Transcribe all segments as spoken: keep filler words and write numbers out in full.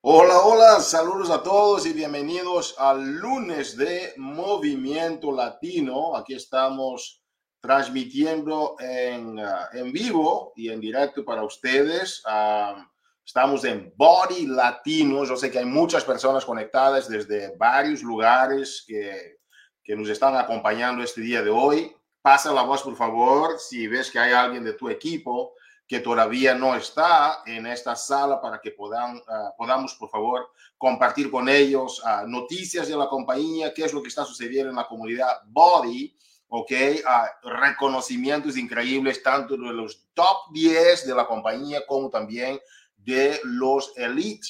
Hola, hola, saludos a todos y bienvenidos al lunes de Movimiento Latino. Aquí estamos transmitiendo en, uh, en vivo y en directo para ustedes. Um, estamos en Body Latino. Yo sé que hay muchas personas conectadas desde varios lugares que, que nos están acompañando este día de hoy. Pasa la voz, por favor, si ves que hay alguien de tu equipo que todavía no está en esta sala para que puedan, uh, podamos, por favor, compartir con ellos uh, noticias de la compañía, qué es lo que está sucediendo en la comunidad Body, ¿ok? Uh, reconocimientos increíbles tanto de los top diez de la compañía como también de los elite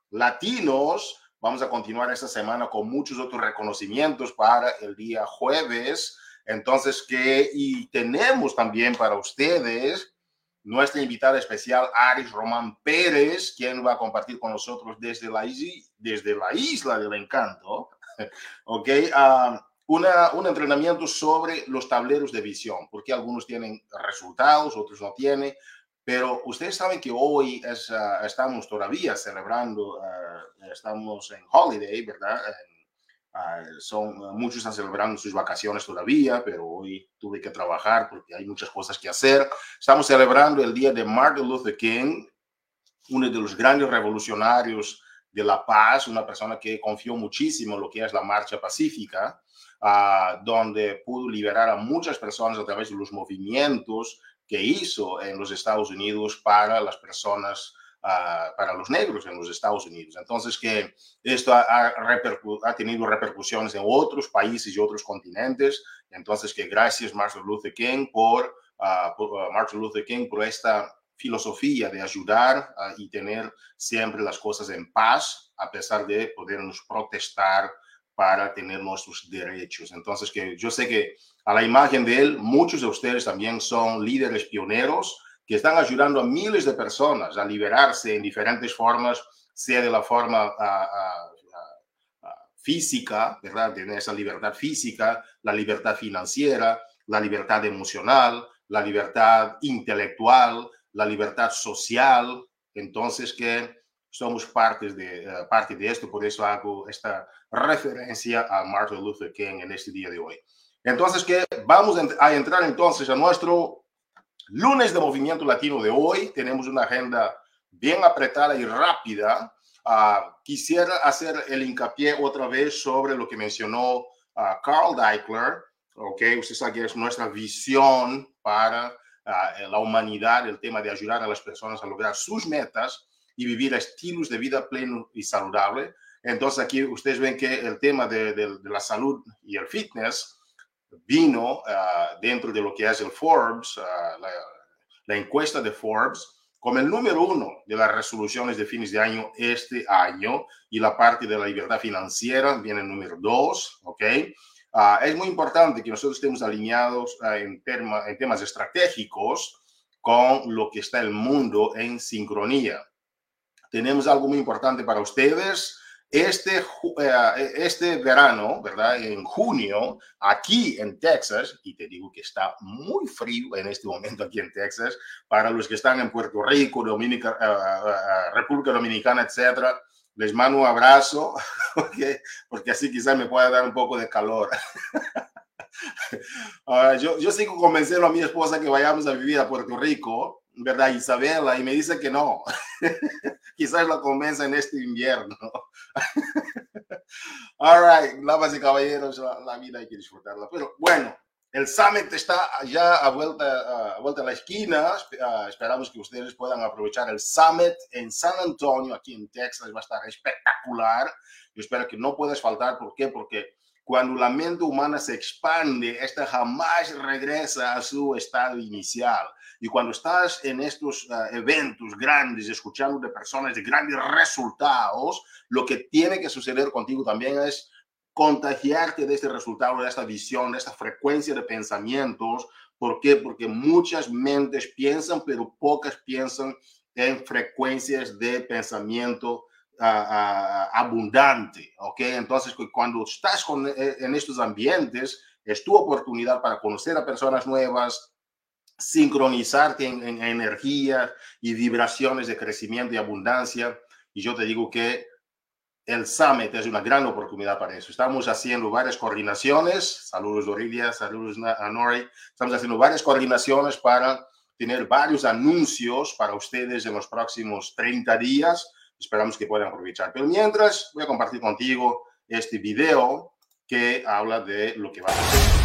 latinos. Vamos a continuar esta semana con muchos otros reconocimientos para el día jueves. Entonces, que y tenemos también para ustedes nuestra invitada especial, Aris Román Pérez, quien va a compartir con nosotros desde la, desde la Isla del Encanto, ¿ok? Uh, una, un entrenamiento sobre los tableros de visión, porque algunos tienen resultados, otros no tienen, pero ustedes saben que hoy es, uh, estamos todavía celebrando, uh, estamos en holiday, ¿verdad? Uh, son, uh, muchos están celebrando sus vacaciones todavía, pero hoy tuve que trabajar porque hay muchas cosas que hacer. Estamos celebrando el día de Martin Luther King, uno de los grandes revolucionarios de la paz, una persona que confió muchísimo en lo que es la marcha pacífica, uh, donde pudo liberar a muchas personas a través de los movimientos que hizo en los Estados Unidos para las personas, uh, para los negros en los Estados Unidos. Entonces, que esto ha, ha, ha tenido repercusiones en otros países y otros continentes. Entonces, que gracias Martin Luther King por, uh, por uh, Martin Luther King por esta filosofía de ayudar uh, y tener siempre las cosas en paz, a pesar de podernos protestar para tener nuestros derechos. Entonces, que yo sé que a la imagen de él, muchos de ustedes también son líderes pioneros que están ayudando a miles de personas a liberarse en diferentes formas, sea de la forma uh, uh, uh, física, ¿verdad? Tener esa libertad física, la libertad financiera, la libertad emocional, la libertad intelectual, la libertad social. Entonces, que somos partes de, uh, parte de esto, por eso hago esta referencia a Martin Luther King en este día de hoy. Entonces, que vamos a entrar entonces a nuestro lunes de Movimiento Latino de hoy. Tenemos una agenda bien apretada y rápida. Uh, quisiera hacer el hincapié otra vez sobre lo que mencionó uh, Carl Deichler, ¿ok? Usted sabe que es nuestra visión para Uh, la humanidad, el tema de ayudar a las personas a lograr sus metas y vivir estilos de vida pleno y saludable. Entonces aquí ustedes ven que el tema de, de, de la salud y el fitness vino uh, dentro de lo que es el Forbes, uh, la, la encuesta de Forbes, como el número uno de las resoluciones de fines de año este año, y la parte de la libertad financiera viene el número dos, ¿ok? Uh, es muy importante que nosotros estemos alineados uh, en, tema, en temas estratégicos con lo que está el mundo en sincronía. Tenemos algo muy importante para ustedes. Este, uh, este verano, ¿verdad? En junio, aquí en Texas, y te digo que está muy frío en este momento aquí en Texas, para los que están en Puerto Rico, Dominica, uh, uh, República Dominicana, etcétera, les mando un abrazo, porque, porque así quizás me pueda dar un poco de calor. uh, yo, yo sigo convenciendo a mi esposa que vayamos a vivir a Puerto Rico, ¿verdad? Isabela, y me dice que no. Quizás la convenza en este invierno. All right, damas y caballeros, la, la vida hay que disfrutarla. Pero bueno, el Summit está ya a vuelta, a vuelta a la esquina. Uh, esperamos que ustedes puedan aprovechar el Summit en San Antonio, aquí en Texas. Va a estar espectacular. Yo espero que no puedas faltar. ¿Por qué? Porque cuando la mente humana se expande, esta jamás regresa a su estado inicial. Y cuando estás en estos uh, eventos grandes, escuchando de personas de grandes resultados, lo que tiene que suceder contigo también es contagiarte de este resultado, de esta visión, de esta frecuencia de pensamientos. ¿Por qué? Porque muchas mentes piensan, pero pocas piensan en frecuencias de pensamiento Uh, uh, abundante, ¿ok? Entonces, cuando estás con, en estos ambientes, es tu oportunidad para conocer a personas nuevas, sincronizarte en, en energía y vibraciones de crecimiento y abundancia. y yo te digo que el Summit es una gran oportunidad para eso. Estamos haciendo varias coordinaciones. Saludos, Dorilia. Saludos, a Nori. Estamos haciendo varias coordinaciones para tener varios anuncios para ustedes en los próximos treinta días. Esperamos que puedan aprovechar. Pero mientras, voy a compartir contigo este video que habla de lo que va a hacer.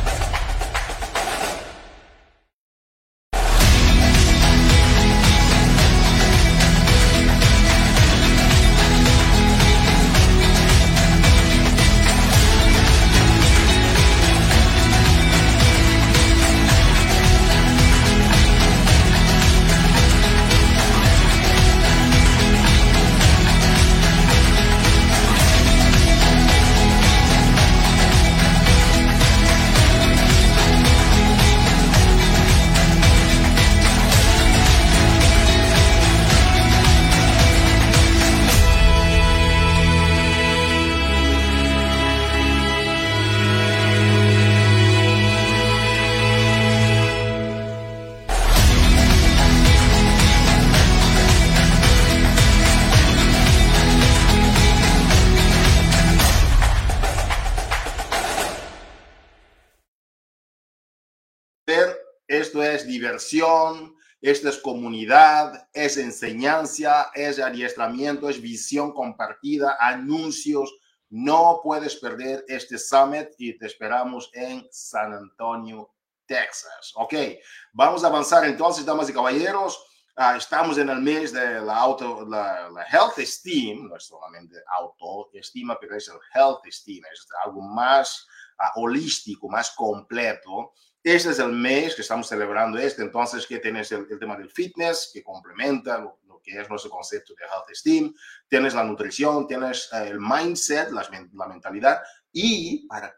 Esto es diversión, esto es comunidad, es enseñanza, es adiestramiento, es visión compartida, anuncios. No puedes perder este Summit y te esperamos en San Antonio, Texas. Ok, vamos a avanzar entonces, damas y caballeros. Uh, estamos en el mes de la, auto, la, la Health Esteem, no es solamente autoestima, pero es el Health Esteem, es algo más uh, holístico, más completo. Este es el mes que estamos celebrando este, entonces que tienes el, el tema del fitness, que complementa lo, lo que es nuestro concepto de Health Esteem, tienes la nutrición, tienes uh, el mindset, la, la mentalidad, y para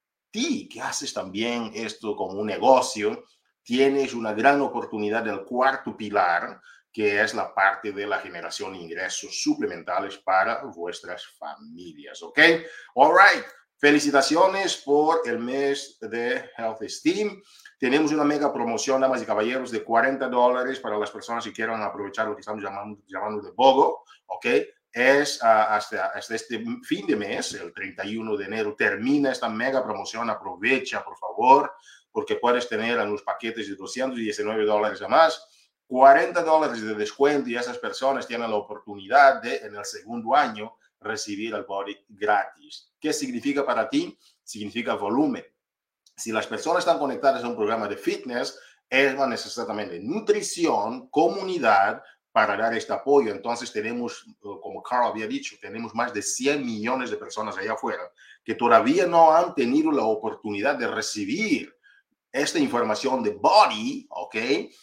ti que haces también esto como un negocio, tienes una gran oportunidad del cuarto pilar, que es la parte de la generación de ingresos suplementales para vuestras familias, ¿ok? All right. Felicitaciones por el mes de Health Esteem. Tenemos una mega promoción, damas y caballeros, de cuarenta dólares para las personas que quieran aprovechar lo que estamos llamando, llamando de BOGO, ¿ok? Es uh, hasta, hasta este fin de mes, el treinta y uno de enero, termina esta mega promoción. Aprovecha, por favor, porque puedes tener en los paquetes de doscientos diecinueve dólares a más, cuarenta dólares de descuento, y esas personas tienen la oportunidad de, en el segundo año, recibir el body gratis. ¿Qué significa para ti? Significa volumen. Si las personas están conectadas a un programa de fitness, ellas van necesariamente nutrición, comunidad, para dar este apoyo. Entonces tenemos, como Carl había dicho, tenemos más de cien millones de personas allá afuera que todavía no han tenido la oportunidad de recibir esta información de body, ¿ok?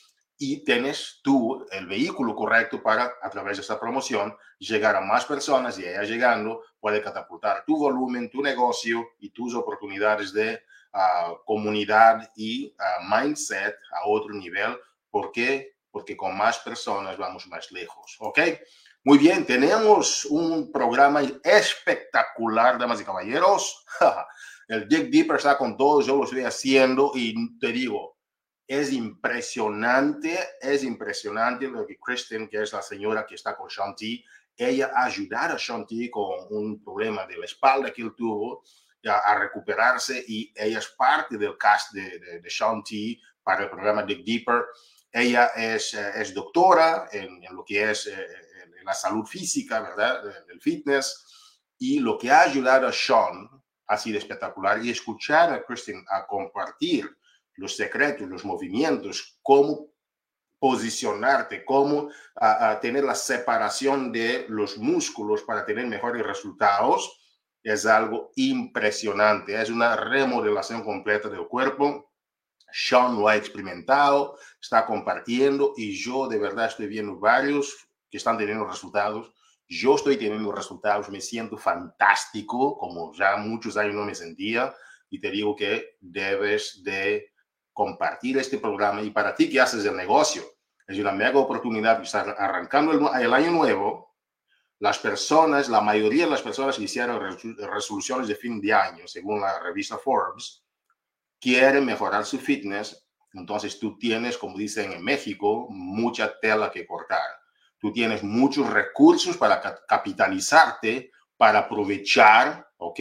Y tienes tú el vehículo correcto para, a través de esta promoción, llegar a más personas, y ella llegando puede catapultar tu volumen, tu negocio y tus oportunidades de uh, comunidad y uh, mindset a otro nivel. ¿Por qué? Porque con más personas vamos más lejos, ¿ok? Muy bien, tenemos un programa espectacular, damas y caballeros. El Dig Deeper está con todos, yo lo estoy haciendo y te digo, es impresionante, es impresionante lo que Kristen, que es la señora que está con Shanti, ella ayudar a Shanti con un problema de la espalda que él tuvo a, a recuperarse, y ella es parte del cast de, de, de Shanti para el programa Dig Deeper. Ella es, es doctora en, en lo que es eh, en la salud física, ¿verdad? El fitness, y lo que ha ayudado a Sean ha sido espectacular, y escuchar a Kristen a compartir los secretos, los movimientos, cómo posicionarte, cómo a, a tener la separación de los músculos para tener mejores resultados, es algo impresionante. Es una remodelación completa del cuerpo. Sean lo ha experimentado, está compartiendo, y yo de verdad estoy viendo varios que están teniendo resultados. Yo estoy teniendo resultados, me siento fantástico, como ya muchos años no me sentía, y te digo que debes de compartir este programa. Y para ti que haces el negocio, es una mega oportunidad de estar arrancando el, el año nuevo. Las personas, la mayoría de las personas que hicieron resoluciones de fin de año, según la revista Forbes, quieren mejorar su fitness. Entonces tú tienes, como dicen en México, mucha tela que cortar. tú tienes muchos recursos para capitalizarte, para aprovechar, ¿ok?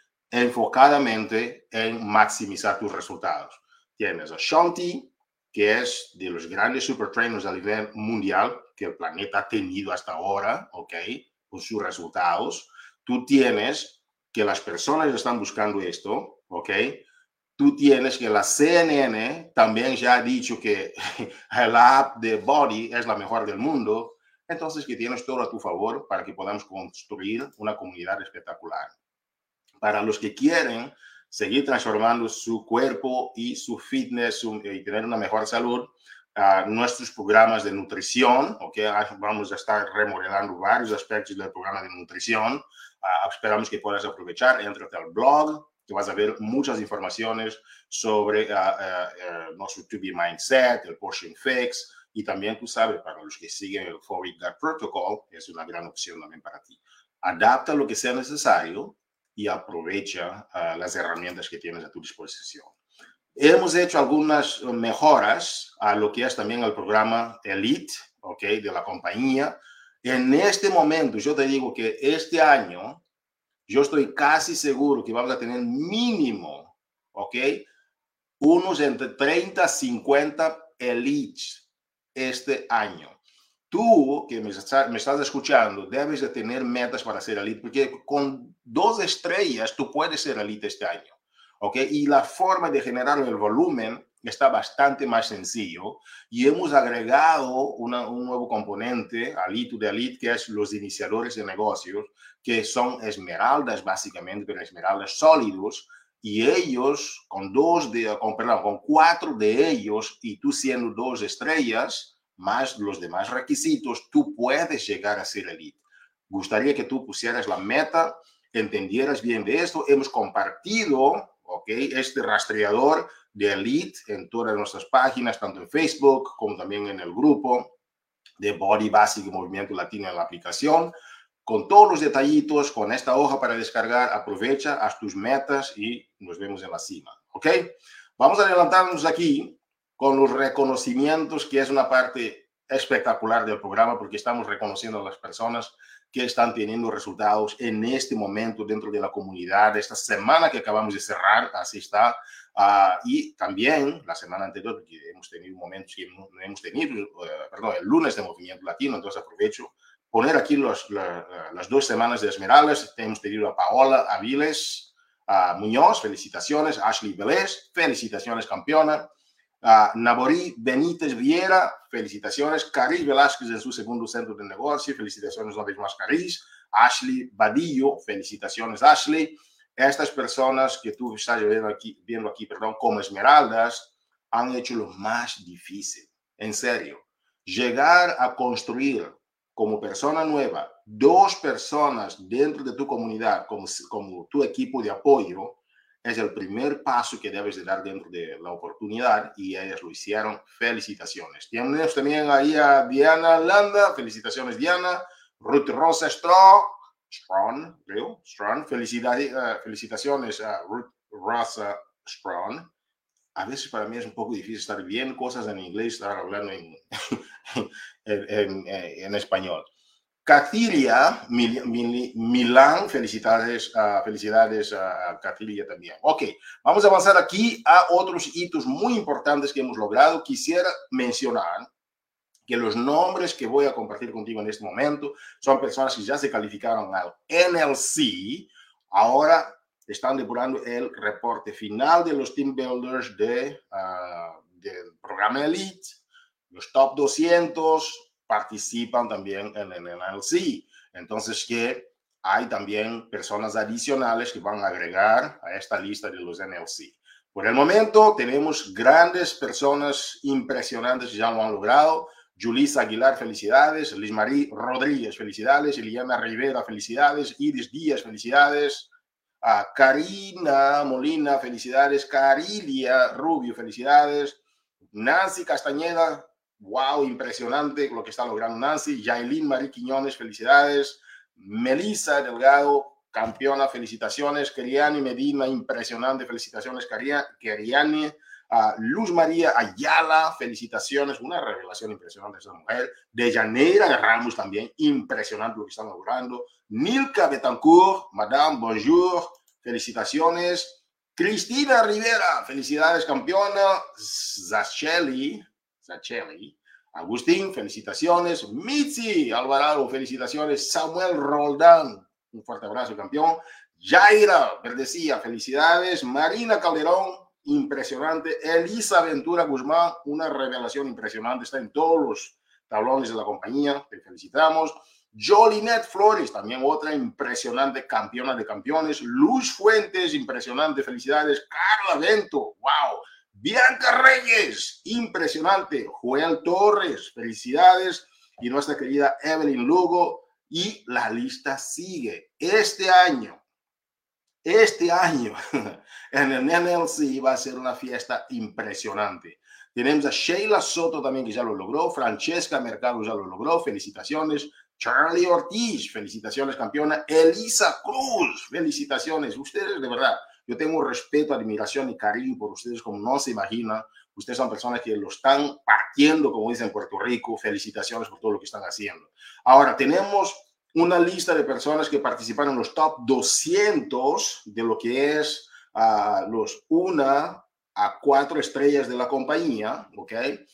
Enfocadamente en maximizar tus resultados. Tienes a Shanti, que es de los grandes super trainers a nivel mundial que el planeta ha tenido hasta ahora, ¿ok? Con sus resultados. Tú tienes que las personas están buscando esto, ¿ok? Tú tienes que la C N N también ya ha dicho que la app de Body es la mejor del mundo. Entonces, que tienes todo a tu favor para que podamos construir una comunidad espectacular. Para los que quieren seguir transformando su cuerpo y su fitness su, y tener una mejor salud, uh, nuestros programas de nutrición, ¿ok? Vamos a estar remodelando varios aspectos del programa de nutrición. Uh, esperamos que puedas aprovechar. Entrate al blog, que vas a ver muchas informaciones sobre uh, uh, uh, nuestro two B Mindset, el Portion Fix, y también, tú sabes, para los que siguen el four week Gut Protocol, es una gran opción también para ti. Adapta lo que sea necesario y aprovecha uh, las herramientas que tienes a tu disposición. Hemos hecho algunas mejoras a lo que es también el programa Elite, ¿ok? De la compañía. En este momento, yo te digo que este año, yo estoy casi seguro que vamos a tener mínimo, ¿ok? Unos entre treinta a cincuenta Elites este año. Tú, que me, está, me estás escuchando, debes de tener metas para ser elite, porque con dos estrellas tú puedes ser elite este año, ¿ok? Y la forma de generar el volumen está bastante más sencillo y hemos agregado una, un nuevo componente al Elite de Elite, que es los iniciadores de negocios, que son esmeraldas básicamente, pero esmeraldas sólidos, y ellos, con dos de, con, perdón, con cuatro de ellos y tú siendo dos estrellas, más los demás requisitos, tú puedes llegar a ser elite. Gustaría que tú pusieras la meta, entendieras bien de esto. Hemos compartido, ¿ok? Este rastreador de elite en todas nuestras páginas, tanto en Facebook como también en el grupo de Body Basic y Movimiento Latino en la aplicación. Con todos los detallitos, con esta hoja para descargar, aprovecha, haz tus metas y nos vemos en la cima, ¿ok? Vamos a adelantarnos aquí con los reconocimientos, que es una parte espectacular del programa, porque estamos reconociendo a las personas que están teniendo resultados en este momento dentro de la comunidad, esta semana que acabamos de cerrar, así está, uh, y también la semana anterior, porque hemos tenido momentos que no hemos tenido, uh, perdón, el lunes de Movimiento Latino, entonces aprovecho poner aquí los, la, las dos semanas de Esmeraldas. Hemos tenido a Paola Aviles uh, Muñoz, felicitaciones, Ashley Vélez, felicitaciones campeona, Uh, Naborí Benítez Viera, felicitaciones. Caris Velázquez en su segundo centro de negocio, felicitaciones una vez más, Caris. Ashley Badillo, felicitaciones, Ashley. Estas personas que tú estás viendo aquí, viendo aquí perdón, como esmeraldas, han hecho lo más difícil. En serio, llegar a construir como persona nueva dos personas dentro de tu comunidad como, como tu equipo de apoyo, es el primer paso que debes de dar dentro de la oportunidad y ellas lo hicieron. Felicitaciones. Tenemos también ahí a Diana Landa. Felicitaciones, Diana. Ruth Rosa Strong. Strong, creo. Strong. Felicidades, uh, felicitaciones a Ruth Rosa Strong. A veces para mí es un poco difícil estar bien cosas en inglés, estar hablando en, en, en, en español. Catilia Mil, Mil, Milán, felicidades, uh, felicidades a uh, Catilia también. Ok, vamos a avanzar aquí a otros hitos muy importantes que hemos logrado. Quisiera mencionar que los nombres que voy a compartir contigo en este momento son personas que ya se calificaron al N L C. Ahora están depurando el reporte final de los team builders de, uh, del programa Elite, los top doscientos. Participan también en el N L C. Entonces, que hay también personas adicionales que van a agregar a esta lista de los N L C. Por el momento, tenemos grandes personas impresionantes que ya lo han logrado. Julissa Aguilar, felicidades. Liz Marie Rodríguez, felicidades. Eliana Rivera, felicidades. Iris Díaz, felicidades. Uh, Karina Molina, felicidades. Carilia Rubio, felicidades. Nancy Castañeda, wow, impresionante lo que está logrando Nancy. Yailin Marie Quiñones, felicidades. Melissa Delgado, campeona, felicitaciones. Keriani Medina, impresionante, felicitaciones, Keriani. Uh, Luz María Ayala, felicitaciones, una revelación impresionante esa mujer. Dejaneira Ramos también, impresionante lo que están logrando. Nilka Betancourt, Madame, bonjour, felicitaciones. Cristina Rivera, felicidades campeona. Zacheli, Zacheli. Agustín, felicitaciones. Mitzi Alvarado, felicitaciones. Samuel Roldán, un fuerte abrazo campeón. Jaira Verdecía, felicidades. Marina Calderón, impresionante. Elisa Ventura Guzmán, una revelación impresionante, está en todos los tablones de la compañía, te felicitamos. Jolinet Flores, también otra impresionante campeona de campeones. Luz Fuentes, impresionante, felicidades. Carla Bento, wow. Bianca Reyes, impresionante. Joel Torres, felicidades. Y nuestra querida Evelyn Lugo, y la lista sigue. Este año, Este año en el N L C va a ser una fiesta impresionante. Tenemos a Sheila Soto también que ya lo logró, Francesca Mercado ya lo logró, felicitaciones. Charlie Ortiz, felicitaciones campeona. Elisa Cruz, felicitaciones. Ustedes de verdad, yo tengo respeto, admiración y cariño por ustedes como no se imagina. Ustedes son personas que lo están partiendo, como dicen en Puerto Rico. Felicitaciones por todo lo que están haciendo. Ahora tenemos una lista de personas que participaron en los top doscientos de lo que es uh, los una a cuatro estrellas de la compañía, ¿ok?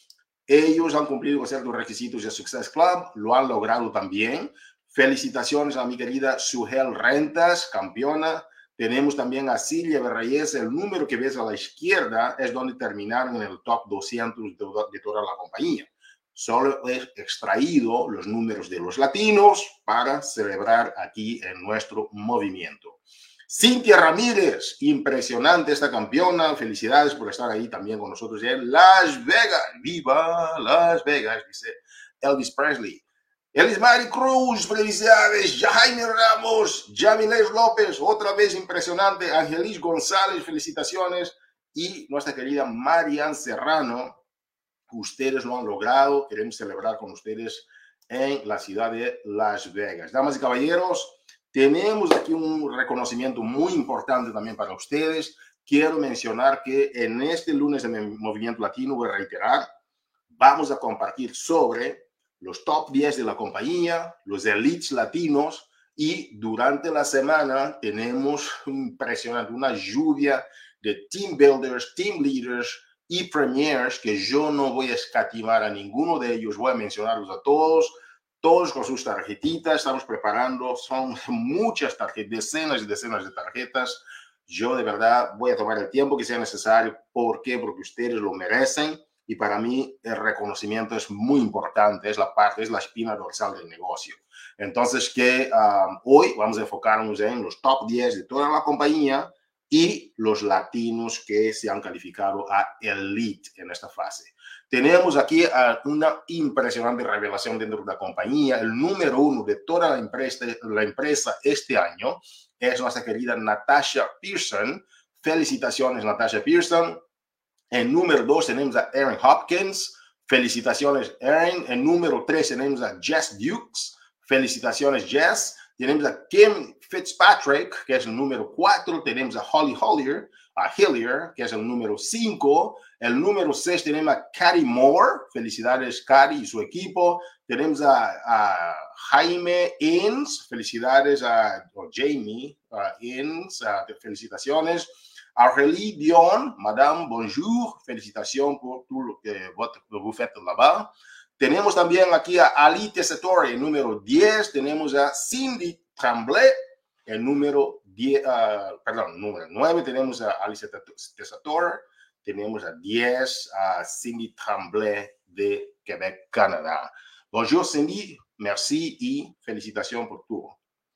Ellos han cumplido con ciertos requisitos de Success Club, lo han logrado también. Felicitaciones a mi querida Suhel Rentas, campeona. Tenemos también a Silvia Berreyes, el número que ves a la izquierda es donde terminaron en el top doscientos de, de toda la compañía. Solo he extraído los números de los latinos para celebrar aquí en nuestro movimiento. Cintia Ramírez, impresionante esta campeona. Felicidades por estar ahí también con nosotros en Las Vegas. ¡Viva Las Vegas! Dice Elvis Presley. Elismari Cruz, felicidades. Jaime Ramos, Yamiles López, otra vez impresionante. Angelis González, felicitaciones. Y nuestra querida Marian Serrano. Ustedes lo han logrado, queremos celebrar con ustedes en la ciudad de Las Vegas. Damas y caballeros, tenemos aquí un reconocimiento muy importante también para ustedes. Quiero mencionar que en este lunes de Movimiento Latino, voy a reiterar, vamos a compartir sobre los top diez de la compañía, los elites latinos, y durante la semana tenemos impresionante, una lluvia de team builders, team leaders, y premiers que yo no voy a escatimar a ninguno de ellos, voy a mencionarlos a todos, todos con sus tarjetitas, estamos preparando, son muchas tarjetas, decenas y decenas de tarjetas. Yo de verdad voy a tomar el tiempo que sea necesario. ¿Por qué? Porque ustedes lo merecen y para mí el reconocimiento es muy importante, es la parte, es la espina dorsal del negocio. Entonces que um, hoy vamos a enfocarnos en los top diez de toda la compañía y los latinos que se han calificado a Elite en esta fase. Tenemos aquí uh, una impresionante revelación dentro de la compañía. El número uno de toda la empresa, la empresa este año es nuestra querida Natasha Pearson. Felicitaciones, Natasha Pearson. En número dos tenemos a Erin Hopkins. Felicitaciones, Erin. En número tres tenemos a Jess Dukes. Felicitaciones, Jess. Tenemos a Kim Fitzpatrick, que es el número cuatro. Tenemos a Holly Hillier, a Hillier, que es el número cinco. El número seis tenemos a Cady Moore. Felicidades, Cady y su equipo. Tenemos a, a Jaime Inns. Felicidades a, a Jamie uh, Inns. Uh, felicitaciones. Argelie Dion, Madame, bonjour. Felicitación por todo lo que vous faites là-bas. Tenemos también aquí a Ali Tessitore, el número diez. Tenemos a Cindy Tremblay, el número diez, uh, perdón, número nueve. Tenemos a Alice Tessitore. Tenemos a diez a Cindy Tremblay de Quebec, Canadá. Bonjour Cindy, merci y felicitación por tu.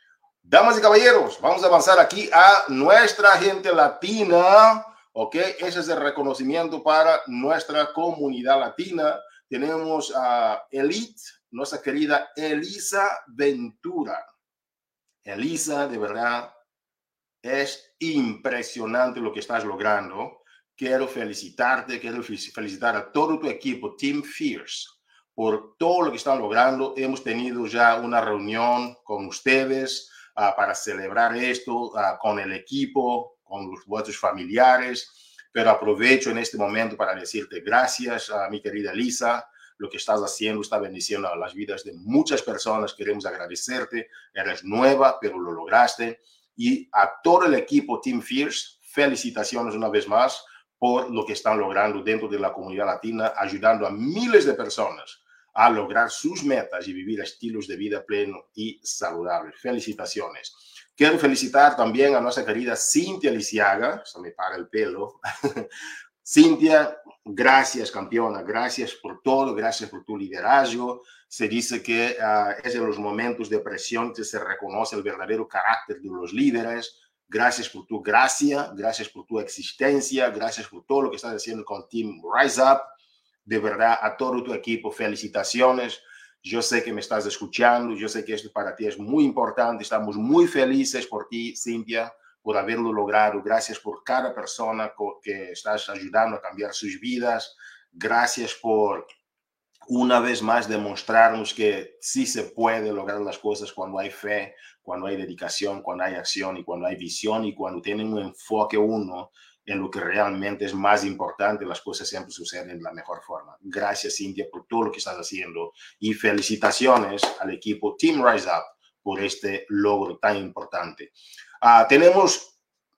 Damas y caballeros, vamos a avanzar aquí a nuestra gente latina. Ok, ese es el reconocimiento para nuestra comunidad latina. Tenemos a Elite, nuestra querida Elisa Ventura. Elisa, de verdad, es impresionante lo que estás logrando. Quiero felicitarte, quiero felicitar a todo tu equipo, Team Fierce, por todo lo que están logrando. Hemos tenido ya una reunión con ustedes uh, para celebrar esto uh, con el equipo, con los, vuestros familiares. pero aprovecho en este momento para decirte gracias a mi querida Lisa. Lo que estás haciendo está bendiciendo a las vidas de muchas personas. Queremos agradecerte. Eres nueva, pero lo lograste. Y a todo el equipo Team Fierce, felicitaciones una vez más por lo que están logrando dentro de la comunidad latina, ayudando a miles de personas a lograr sus metas y vivir estilos de vida plenos y saludables. Felicitaciones. Quiero felicitar también a nuestra querida Cintia Lisiaga. Se me para el pelo. Cintia, gracias, campeona. Gracias por todo. Gracias por tu liderazgo. Se dice que uh, es en los momentos de presión que se reconoce el verdadero carácter de los líderes. Gracias por tu gracia. Gracias por tu existencia. Gracias por todo lo que estás haciendo con Team Rise Up. De verdad, a todo tu equipo, felicitaciones. Yo sé que me estás escuchando, yo sé que esto para ti es muy importante. Estamos muy felices por ti, Cintia, por haberlo logrado. Gracias por cada persona que estás ayudando a cambiar sus vidas. Gracias por una vez más demostrarnos que sí se puede lograr las cosas cuando hay fe, cuando hay dedicación, cuando hay acción y cuando hay visión y cuando tienen un enfoque uno en lo que realmente es más importante, las cosas siempre suceden de la mejor forma. Gracias, Cintia, por todo lo que estás haciendo y felicitaciones al equipo Team Rise Up por este logro tan importante. Uh, tenemos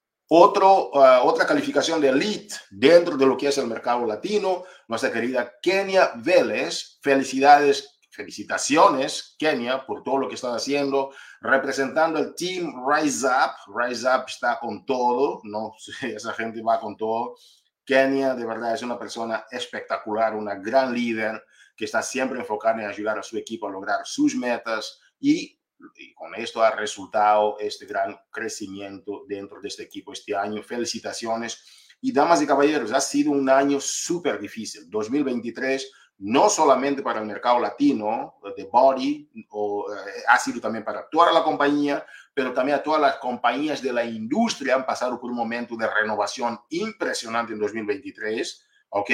otro, uh, otra calificación de elite dentro de lo que es el mercado latino, nuestra querida Kenia Vélez. Felicidades, felicitaciones, Kenia, por todo lo que estás haciendo, representando el Team Rise Up. Rise Up está con todo, ¿no? Esa gente va con todo. Kenia, de verdad, es una persona espectacular, una gran líder que está siempre enfocada en ayudar a su equipo a lograr sus metas y y con esto ha resultado este gran crecimiento dentro de este equipo este año. Felicitaciones. Y damas y caballeros, ha sido un año súper difícil. dos mil veintitrés, no solamente para el mercado latino de Body, o, eh, ha sido también para toda la compañía, pero también a todas las compañías de la industria han pasado por un momento de renovación impresionante en dos mil veintitrés, ¿ok?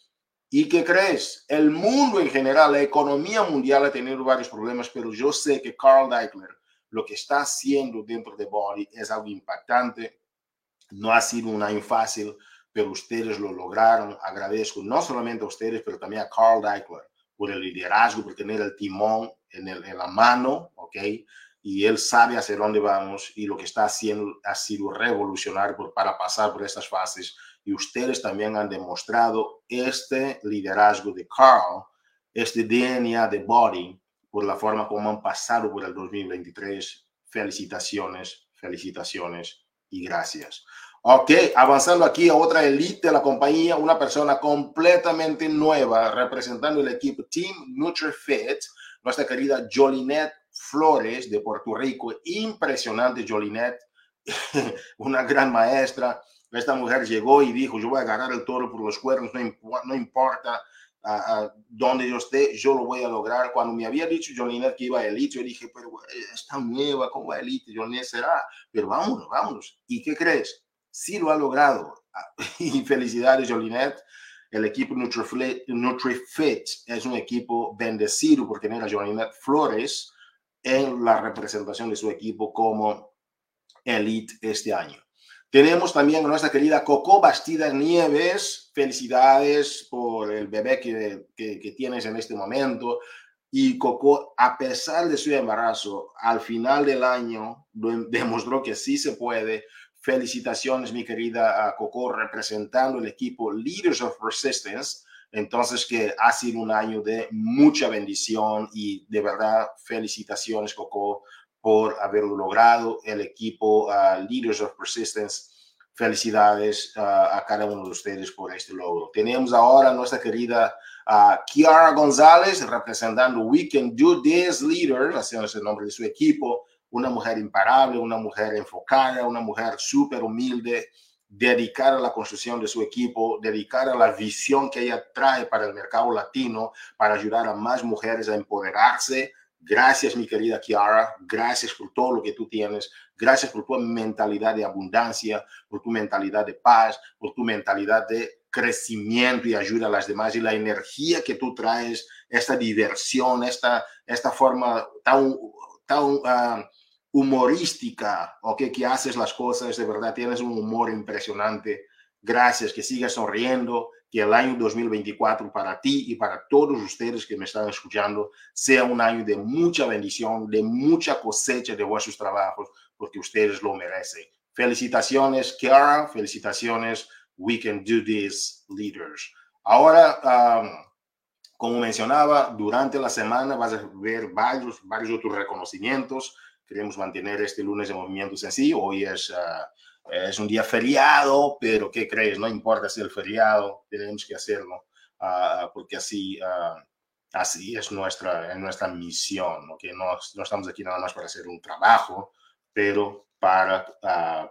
¿Y qué crees? El mundo en general, la economía mundial ha tenido varios problemas, pero yo sé que Carl Daikeler, lo que está haciendo dentro de Body es algo impactante. No ha sido un año fácil, pero ustedes lo lograron. Agradezco no solamente a ustedes, pero también a Carl Daikeler por el liderazgo, por tener el timón en, el, en la mano, ¿ok? Y él sabe hacia dónde vamos y lo que está haciendo ha sido revolucionario por, para pasar por estas fases. Y ustedes también han demostrado este liderazgo de Carl, este D N A de Body, por la forma como han pasado por el dos mil veintitrés. Felicitaciones, felicitaciones y gracias. Ok, avanzando aquí a otra elite de la compañía, una persona completamente nueva representando el equipo Team NutriFit, nuestra querida Jolinette Flores de Puerto Rico. Impresionante, Jolinette, una gran maestra. Esta mujer llegó y dijo, yo voy a agarrar el toro por los cuernos, no, imp no importa uh, uh, dónde yo esté, yo lo voy a lograr. Cuando me había dicho Jolinette que iba a Elite, yo dije, pero es tan nueva, ¿cómo va a Elite? Jolinette será, pero vámonos, vámonos. ¿Y qué crees? Sí lo ha logrado. Y felicidades, Jolinette. El equipo NutriFit, NutriFit es un equipo bendecido por tener a Jolinette Flores en la representación de su equipo como Elite este año. Tenemos también a nuestra querida Coco Bastidas Nieves. Felicidades por el bebé que, que, que tienes en este momento. Y Coco, a pesar de su embarazo, al final del año demostró que sí se puede. Felicitaciones, mi querida Coco, representando el equipo Leaders of Persistence. Entonces, que ha sido un año de mucha bendición y de verdad, felicitaciones, Coco, por haberlo logrado. El equipo uh, Leaders of Persistence, felicidades uh, a cada uno de ustedes por este logro. Tenemos ahora a nuestra querida uh, Kiara González representando We Can Do This Leaders, haciendo el nombre de su equipo. Una mujer imparable, una mujer enfocada, una mujer súper humilde, dedicada a la construcción de su equipo, dedicada a la visión que ella trae para el mercado latino, para ayudar a más mujeres a empoderarse. Gracias, mi querida Kiara. Gracias por todo lo que tú tienes. Gracias por tu mentalidad de abundancia, por tu mentalidad de paz, por tu mentalidad de crecimiento y ayuda a las demás y la energía que tú traes, esta diversión, esta, esta forma tan, tan uh, humorística, ¿okay? Que haces las cosas, de verdad, tienes un humor impresionante. gracias, que sigas sonriendo, que el año dos mil veinticuatro para ti y para todos ustedes que me están escuchando sea un año de mucha bendición, de mucha cosecha de vuestros trabajos, porque ustedes lo merecen. Felicitaciones, Kiara, felicitaciones, We Can Do This, leaders. Ahora, um, como mencionaba, durante la semana vas a ver varios, varios otros reconocimientos. Queremos mantener este lunes de movimiento sencillo. Hoy es... Uh, Es un día feriado, pero ¿qué crees? No importa si el feriado, tenemos que hacerlo, uh, porque así, uh, así es nuestra, es nuestra misión, ¿no? Que no, no estamos aquí nada más para hacer un trabajo, pero para uh,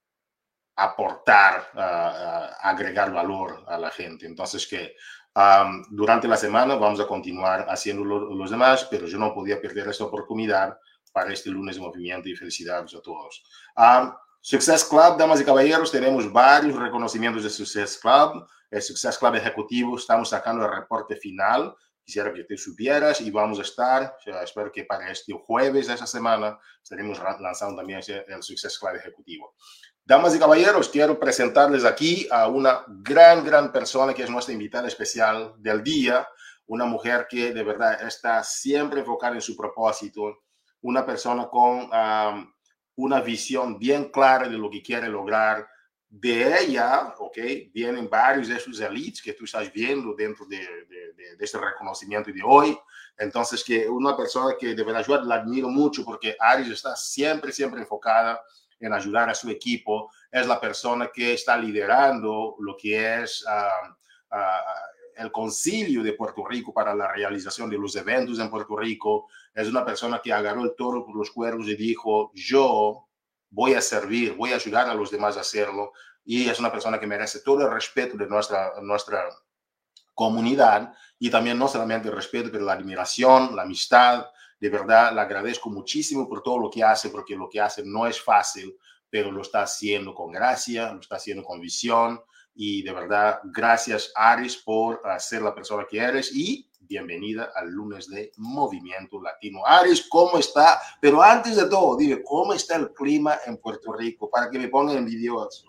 aportar, uh, uh, agregar valor a la gente. Entonces, que um, durante la semana vamos a continuar haciendo lo, los demás, pero yo no podía perder esta oportunidad para este lunes de movimiento y felicidades a todos. Um, Success Club, damas y caballeros, tenemos varios reconocimientos de Success Club. El Success Club Ejecutivo, estamos sacando el reporte final. Quisiera que te supieras y vamos a estar, o sea, espero que para este jueves de esa semana estaremos lanzando también el Success Club Ejecutivo. Damas y caballeros, quiero presentarles aquí a una gran, gran persona que es nuestra invitada especial del día, una mujer que de verdad está siempre enfocada en su propósito, una persona con... Um, una visión bien clara de lo que quiere lograr. De ella, ok, vienen varios de esos elites que tú estás viendo dentro de, de, de, de este reconocimiento de hoy. Entonces, que una persona que de verdad yo la admiro mucho porque Aris está siempre, siempre enfocada en ayudar a su equipo. Es la persona que está liderando lo que es uh, uh, el concilio de Puerto Rico para la realización de los eventos en Puerto Rico. Es una persona que agarró el toro por los cuernos y dijo, yo voy a servir, voy a ayudar a los demás a hacerlo. Y es una persona que merece todo el respeto de nuestra, nuestra comunidad y también no solamente el respeto, pero la admiración, la amistad. De verdad, le agradezco muchísimo por todo lo que hace, porque lo que hace no es fácil, pero lo está haciendo con gracia, lo está haciendo con visión. Y de verdad, gracias, Aris, por uh, ser la persona que eres y bienvenida al lunes de Movimiento Latino. Aris, ¿cómo está? Pero antes de todo, dime, ¿cómo está el clima en Puerto Rico? Para que me pongan envidioso.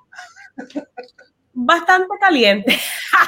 Bastante caliente.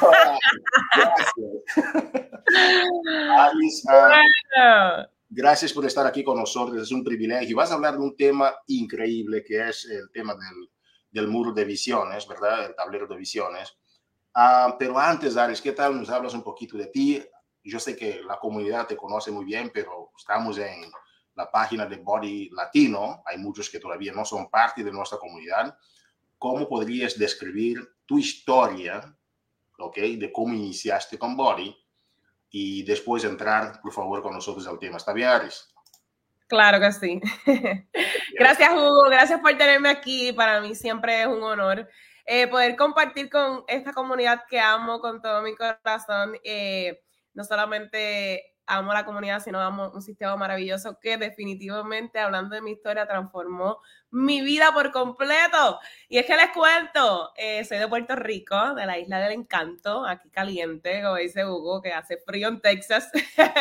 Gracias. Aris, uh, bueno. Gracias por estar aquí con nosotros. Es un privilegio. Vas a hablar de un tema increíble que es el tema del... del muro de visiones, ¿verdad? El tablero de visiones. Uh, pero antes, Aris, ¿qué tal? Nos hablas un poquito de ti. Yo sé que la comunidad te conoce muy bien, pero estamos en la página de Body Latino. Hay muchos que todavía no son parte de nuestra comunidad. ¿Cómo podrías describir tu historia, ¿ok? De cómo iniciaste con Body y después entrar, por favor, con nosotros al tema. ¿Está bien, Aris? Claro que sí. Gracias, Hugo. Gracias por tenerme aquí. Para mí siempre es un honor eh, poder compartir con esta comunidad que amo con todo mi corazón. Eh, no solamente amo la comunidad, sino amo un sistema maravilloso que definitivamente, hablando de mi historia, transformó mi vida por completo. Y es que les cuento, eh, soy de Puerto Rico, de la Isla del Encanto, aquí caliente, como dice Hugo, que hace frío en Texas.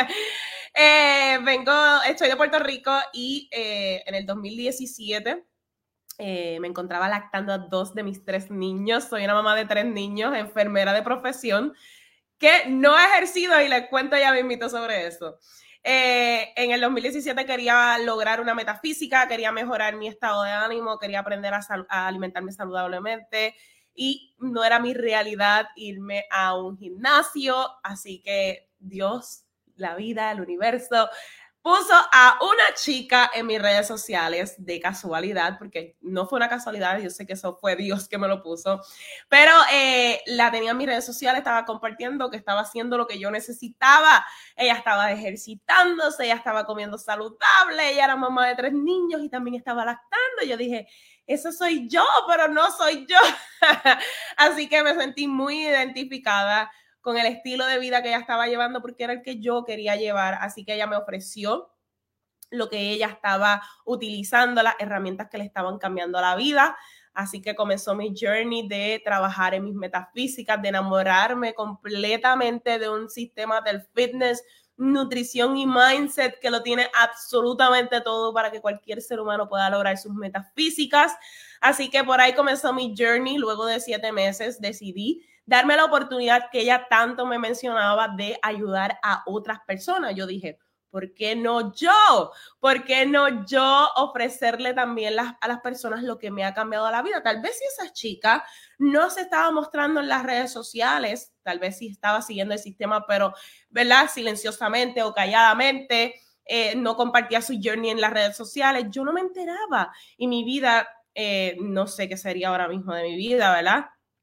Eh, vengo, estoy de Puerto Rico y eh, en el dos mil diecisiete eh, me encontraba lactando a dos de mis tres niños. Soy una mamá de tres niños, enfermera de profesión, que no he ejercido y les cuento ya mismito sobre eso. Eh, en el dos mil diecisiete quería lograr una metafísica, quería mejorar mi estado de ánimo, quería aprender a, sal- a alimentarme saludablemente y no era mi realidad irme a un gimnasio, así que Dios, la vida, el universo, puso a una chica en mis redes sociales de casualidad, porque no fue una casualidad, yo sé que eso fue Dios que me lo puso, pero eh, la tenía en mis redes sociales, estaba compartiendo que estaba haciendo lo que yo necesitaba. Ella estaba ejercitándose, ella estaba comiendo saludable, ella era mamá de tres niños y también estaba lactando. Yo dije, eso soy yo, pero no soy yo. Así que me sentí muy identificada con el estilo de vida que ella estaba llevando porque era el que yo quería llevar. Así que ella me ofreció lo que ella estaba utilizando, las herramientas que le estaban cambiando la vida. Así que comenzó mi journey de trabajar en mis metafísicas, de enamorarme completamente de un sistema del fitness nutrición y mindset que lo tiene absolutamente todo para que cualquier ser humano pueda lograr sus metas físicas. Así que por ahí comenzó mi journey. Luego de siete meses decidí darme la oportunidad que ella tanto me mencionaba de ayudar a otras personas. Yo dije, ¿por qué no yo? ¿Por qué no yo ofrecerle también las, a las personas lo que me ha cambiado la vida? Tal vez si esa chica no se estaba mostrando en las redes sociales, tal vez sí estaba siguiendo el sistema, pero, ¿verdad? Silenciosamente o calladamente, eh, no compartía su journey en las redes sociales. Yo no me enteraba y mi vida, eh, no sé qué sería ahora mismo de mi vida, ¿verdad?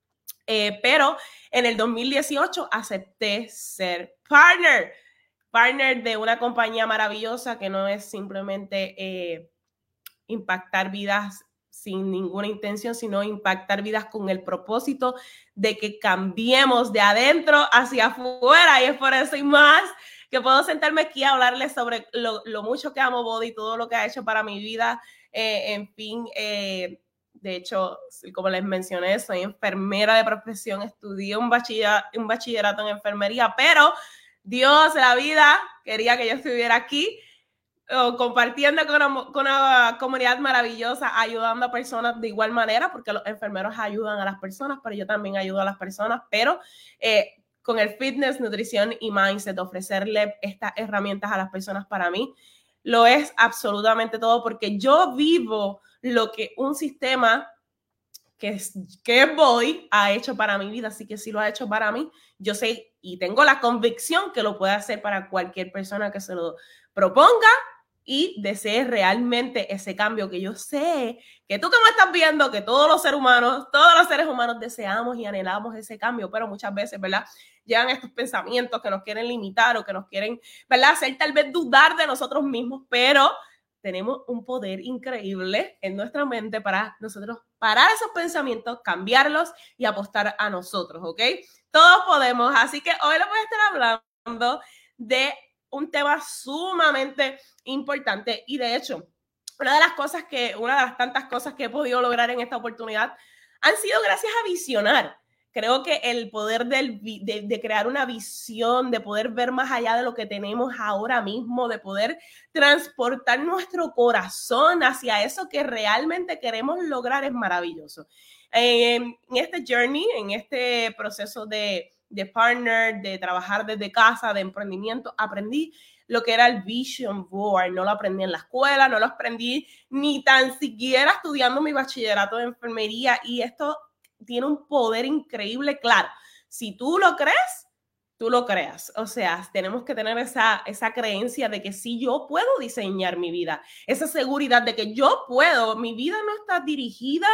Eh, pero en el dos mil dieciocho acepté ser partner, partner de una compañía maravillosa que no es simplemente eh, impactar vidas sin ninguna intención, sino impactar vidas con el propósito de que cambiemos de adentro hacia afuera. Y es por eso y más que puedo sentarme aquí a hablarles sobre lo, lo mucho que amo Body, todo lo que ha hecho para mi vida, eh, en fin, eh, de hecho, como les mencioné, soy enfermera de profesión, estudié un, bachiller, un bachillerato en enfermería, pero Dios, la vida, quería que yo estuviera aquí oh, compartiendo con una, con una comunidad maravillosa, ayudando a personas de igual manera, porque los enfermeros ayudan a las personas, pero yo también ayudo a las personas, pero eh, con el fitness, nutrición y mindset, ofrecerle estas herramientas a las personas para mí, lo es absolutamente todo, porque yo vivo lo que un sistema que es, que es Body ha hecho para mi vida, así que si lo ha hecho para mí, yo sé y tengo la convicción que lo puede hacer para cualquier persona que se lo proponga y desee realmente ese cambio, que yo sé que tú que me estás viendo, que todos los seres humanos, todos los seres humanos deseamos y anhelamos ese cambio, pero muchas veces, ¿verdad? Llegan estos pensamientos que nos quieren limitar o que nos quieren, ¿verdad? Hacer tal vez dudar de nosotros mismos, pero tenemos un poder increíble en nuestra mente para nosotros parar esos pensamientos, cambiarlos y apostar a nosotros, ¿ok? Todos podemos, así que hoy les voy a estar hablando de un tema sumamente importante y de hecho, una de las cosas que, una de las tantas cosas que he podido lograr en esta oportunidad han sido gracias a visionar. Creo que el poder del, de, de crear una visión, de poder ver más allá de lo que tenemos ahora mismo, de poder transportar nuestro corazón hacia eso que realmente queremos lograr es maravilloso. Eh, en este journey, en este proceso de, de partner, de trabajar desde casa, de emprendimiento, aprendí lo que era el Vision Board. No lo aprendí en la escuela, no lo aprendí ni tan siquiera estudiando mi bachillerato de enfermería, y esto tiene un poder increíble. Claro, si tú lo crees, tú lo creas. O sea, tenemos que tener esa, esa creencia de que sí, yo puedo diseñar mi vida, esa seguridad de que yo puedo, mi vida no está dirigida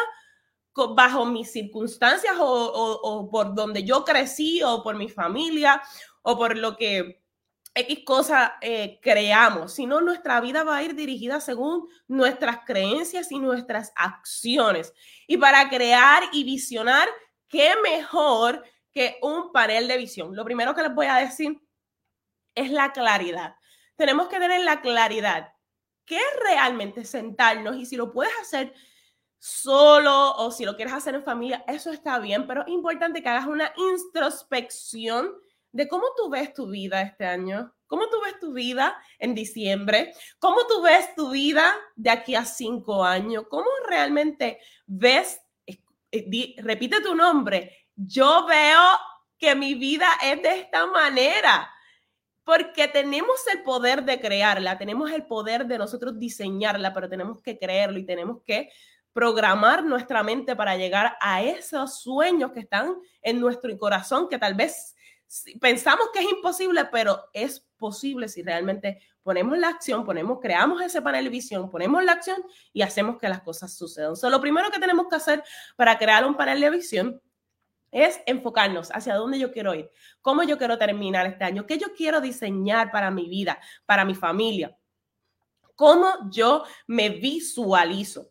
bajo mis circunstancias o, o, o por donde yo crecí o por mi familia o por lo que X cosa eh, creamos, sino nuestra vida va a ir dirigida según nuestras creencias y nuestras acciones. Y para crear y visionar, ¿qué mejor que un panel de visión? Lo primero que les voy a decir es la claridad. Tenemos que tener la claridad. ¿Qué es realmente sentarnos? Y si lo puedes hacer solo o si lo quieres hacer en familia, eso está bien, pero es importante que hagas una introspección de cómo tú ves tu vida este año, cómo tú ves tu vida en diciembre, cómo tú ves tu vida de aquí a cinco años, cómo realmente ves, eh, eh, repite tu nombre, yo veo que mi vida es de esta manera, porque tenemos el poder de crearla, tenemos el poder de nosotros diseñarla, pero tenemos que creerlo y tenemos que programar nuestra mente para llegar a esos sueños que están en nuestro corazón, que tal vez pensamos que es imposible, pero es posible si realmente ponemos la acción, ponemos, creamos ese panel de visión, ponemos la acción y hacemos que las cosas sucedan. So, lo primero que tenemos que hacer para crear un panel de visión es enfocarnos hacia dónde yo quiero ir, cómo yo quiero terminar este año, qué yo quiero diseñar para mi vida, para mi familia, cómo yo me visualizo.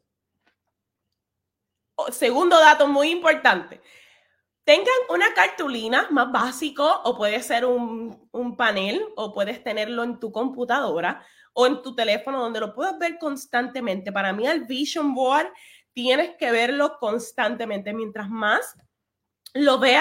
Segundo dato muy importante, tengan una cartulina más básico o puede ser un, un panel o puedes tenerlo en tu computadora o en tu teléfono donde lo puedas ver constantemente. Para mí el Vision Board tienes que verlo constantemente. Mientras más lo veas,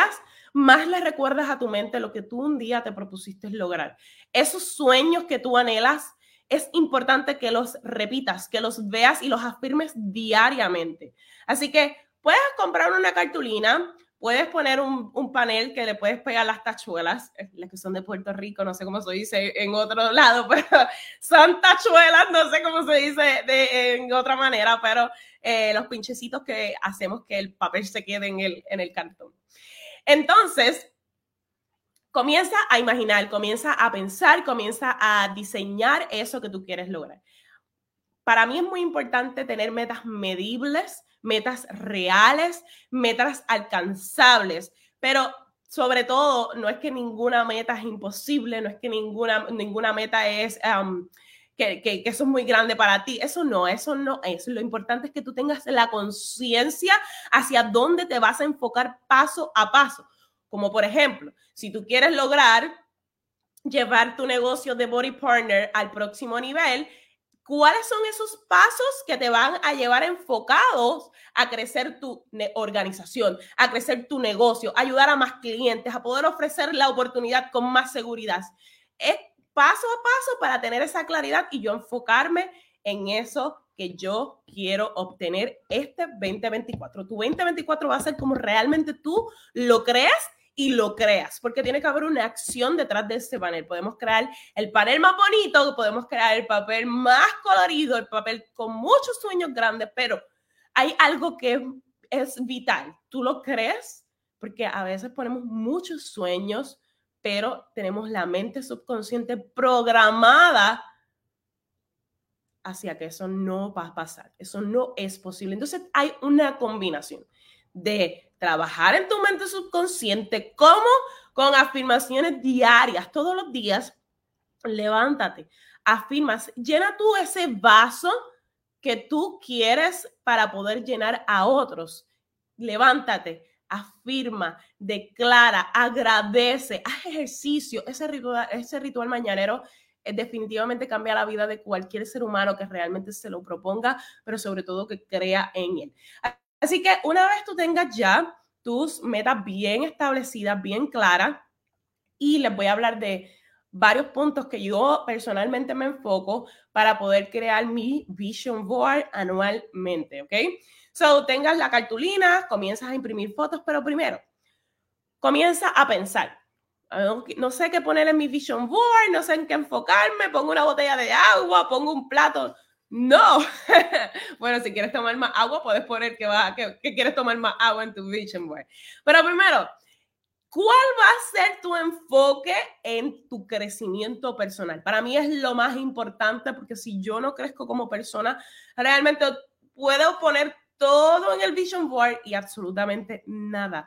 más le recuerdas a tu mente lo que tú un día te propusiste lograr. Esos sueños que tú anhelas, es importante que los repitas, que los veas y los afirmes diariamente. Así que puedes comprar una cartulina, puedes poner un, un panel que le puedes pegar las tachuelas, las que son de Puerto Rico, no sé cómo se dice en otro lado, pero son tachuelas, no sé cómo se dice de, en otra manera, pero eh, los pinchecitos que hacemos que el papel se quede en el, en el cartón. Entonces, comienza a imaginar, comienza a pensar, comienza a diseñar eso que tú quieres lograr. Para mí es muy importante tener metas medibles, metas reales, metas alcanzables, pero sobre todo no es que ninguna meta es imposible, no es que ninguna, ninguna meta es um, que, que, que eso es muy grande para ti. Eso no, eso no es. Lo importante es que tú tengas la conciencia hacia dónde te vas a enfocar paso a paso. Como por ejemplo, si tú quieres lograr llevar tu negocio de Body Partner al próximo nivel, ¿cuáles son esos pasos que te van a llevar enfocados a crecer tu organización, a crecer tu negocio, a ayudar a más clientes, a poder ofrecer la oportunidad con más seguridad? Es paso a paso para tener esa claridad y yo enfocarme en eso que yo quiero obtener este veinte veinticuatro. Tu veinte veinticuatro va a ser como realmente tú lo creas y lo creas, porque tiene que haber una acción detrás de este panel. Podemos crear el panel más bonito, podemos crear el papel más colorido, el papel con muchos sueños grandes, pero hay algo que es vital. ¿Tú lo crees? Porque a veces ponemos muchos sueños, pero tenemos la mente subconsciente programada hacia que eso no va a pasar. Eso no es posible. Entonces hay una combinación de trabajar en tu mente subconsciente, como con afirmaciones diarias, todos los días. Levántate, afirmas, llena tú ese vaso que tú quieres para poder llenar a otros. Levántate, afirma, declara, agradece, haz ejercicio. Ese ritual, ese ritual mañanero eh, definitivamente cambia la vida de cualquier ser humano que realmente se lo proponga, pero sobre todo que crea en él. Así que una vez tú tengas ya tus metas bien establecidas, bien claras, y les voy a hablar de varios puntos que yo personalmente me enfoco para poder crear mi Vision Board anualmente, ¿ok? So, tengas la cartulina, comienzas a imprimir fotos, pero primero, comienza a pensar. No sé qué poner en mi Vision Board, no sé en qué enfocarme, pongo una botella de agua, pongo un plato. No. Bueno, si quieres tomar más agua, puedes poner que, va, que, que quieres tomar más agua en tu Vision Board. Pero primero, ¿cuál va a ser tu enfoque en tu crecimiento personal? Para mí es lo más importante, porque si yo no crezco como persona, realmente puedo poner todo en el Vision Board y absolutamente nada,